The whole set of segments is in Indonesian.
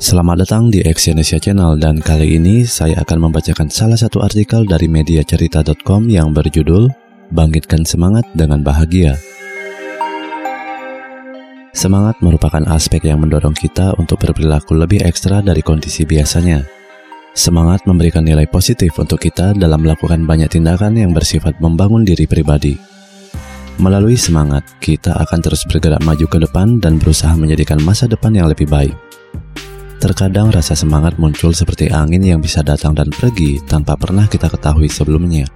Selamat datang di Exyonesia Channel, dan kali ini saya akan membacakan salah satu artikel dari mediacerita.com yang berjudul Bangkitkan Semangat dengan Bahagia. Semangat merupakan aspek yang mendorong kita untuk berperilaku lebih ekstra dari kondisi biasanya. Semangat memberikan nilai positif untuk kita dalam melakukan banyak tindakan yang bersifat membangun diri pribadi. Melalui semangat, kita akan terus bergerak maju ke depan dan berusaha menjadikan masa depan yang lebih baik. Terkadang rasa semangat muncul seperti angin yang bisa datang dan pergi tanpa pernah kita ketahui sebelumnya.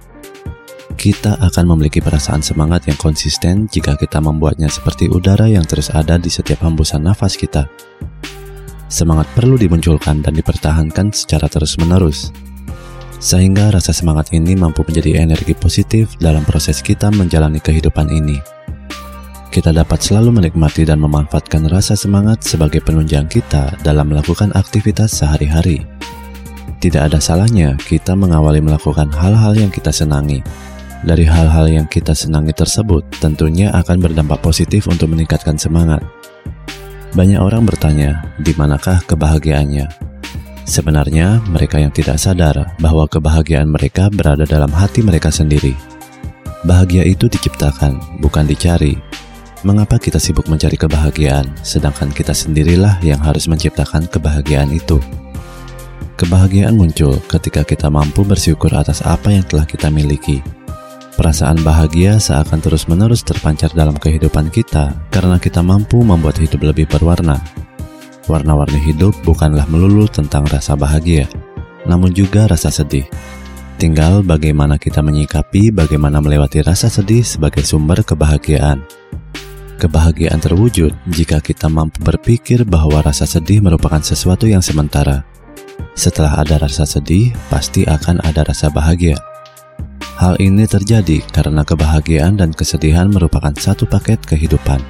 Kita akan memiliki perasaan semangat yang konsisten jika kita membuatnya seperti udara yang terus ada di setiap hembusan nafas kita. Semangat perlu dimunculkan dan dipertahankan secara terus-menerus, sehingga rasa semangat ini mampu menjadi energi positif dalam proses kita menjalani kehidupan ini. Kita dapat selalu menikmati dan memanfaatkan rasa semangat sebagai penunjang kita dalam melakukan aktivitas sehari-hari. Tidak ada salahnya kita mengawali melakukan hal-hal yang kita senangi. Dari hal-hal yang kita senangi tersebut tentunya akan berdampak positif untuk meningkatkan semangat. Banyak orang bertanya, di manakah kebahagiaannya? Sebenarnya mereka yang tidak sadar bahwa kebahagiaan mereka berada dalam hati mereka sendiri. Bahagia itu diciptakan, bukan dicari. Mengapa kita sibuk mencari kebahagiaan, sedangkan kita sendirilah yang harus menciptakan kebahagiaan itu? Kebahagiaan muncul ketika kita mampu bersyukur atas apa yang telah kita miliki. Perasaan bahagia seakan terus-menerus terpancar dalam kehidupan kita karena kita mampu membuat hidup lebih berwarna. Warna-warni hidup bukanlah melulu tentang rasa bahagia, namun juga rasa sedih. Tinggal bagaimana kita menyikapi bagaimana melewati rasa sedih sebagai sumber kebahagiaan. Kebahagiaan terwujud jika kita mampu berpikir bahwa rasa sedih merupakan sesuatu yang sementara. Setelah ada rasa sedih, pasti akan ada rasa bahagia. Hal ini terjadi karena kebahagiaan dan kesedihan merupakan satu paket kehidupan.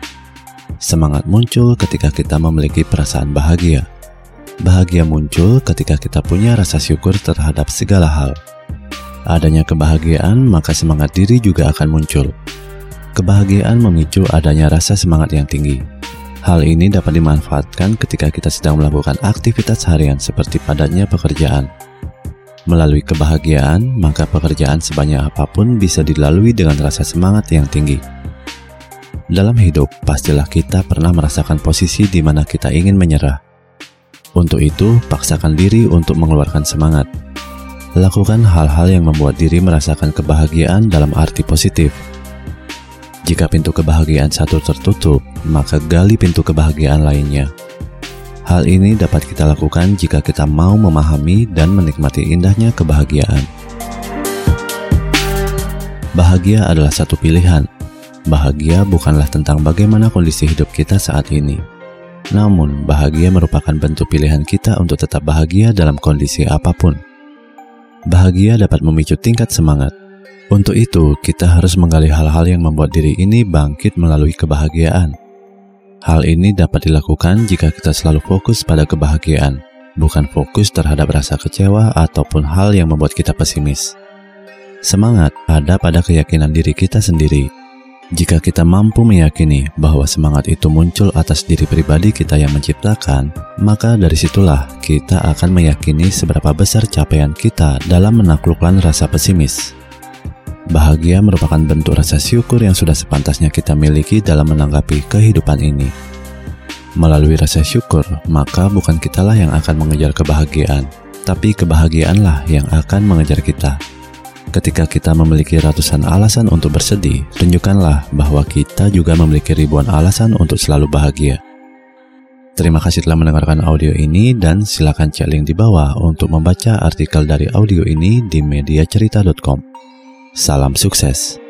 Semangat muncul ketika kita memiliki perasaan bahagia. Bahagia muncul ketika kita punya rasa syukur terhadap segala hal. Adanya kebahagiaan, maka semangat diri juga akan muncul. Kebahagiaan memicu adanya rasa semangat yang tinggi. Hal ini dapat dimanfaatkan ketika kita sedang melakukan aktivitas harian seperti padatnya pekerjaan. Melalui kebahagiaan, maka pekerjaan sebanyak apapun bisa dilalui dengan rasa semangat yang tinggi. Dalam hidup, pastilah kita pernah merasakan posisi di mana kita ingin menyerah. Untuk itu, paksakan diri untuk mengeluarkan semangat. Lakukan hal-hal yang membuat diri merasakan kebahagiaan dalam arti positif. Jika pintu kebahagiaan satu tertutup, maka gali pintu kebahagiaan lainnya. Hal ini dapat kita lakukan jika kita mau memahami dan menikmati indahnya kebahagiaan. Bahagia adalah satu pilihan. Bahagia bukanlah tentang bagaimana kondisi hidup kita saat ini. Namun, bahagia merupakan bentuk pilihan kita untuk tetap bahagia dalam kondisi apapun. Bahagia dapat memicu tingkat semangat. Untuk itu, kita harus menggali hal-hal yang membuat diri ini bangkit melalui kebahagiaan. Hal ini dapat dilakukan jika kita selalu fokus pada kebahagiaan, bukan fokus terhadap rasa kecewa ataupun hal yang membuat kita pesimis. Semangat ada pada keyakinan diri kita sendiri. Jika kita mampu meyakini bahwa semangat itu muncul atas diri pribadi kita yang menciptakan, maka dari situlah kita akan meyakini seberapa besar capaian kita dalam menaklukkan rasa pesimis. Bahagia merupakan bentuk rasa syukur yang sudah sepantasnya kita miliki dalam menanggapi kehidupan ini. Melalui rasa syukur, maka bukan kitalah yang akan mengejar kebahagiaan, tapi kebahagiaanlah yang akan mengejar kita. Ketika kita memiliki ratusan alasan untuk bersedih, tunjukkanlah bahwa kita juga memiliki ribuan alasan untuk selalu bahagia. Terima kasih telah mendengarkan audio ini, dan silakan cek link di bawah untuk membaca artikel dari audio ini di mediacerita.com. Salam sukses.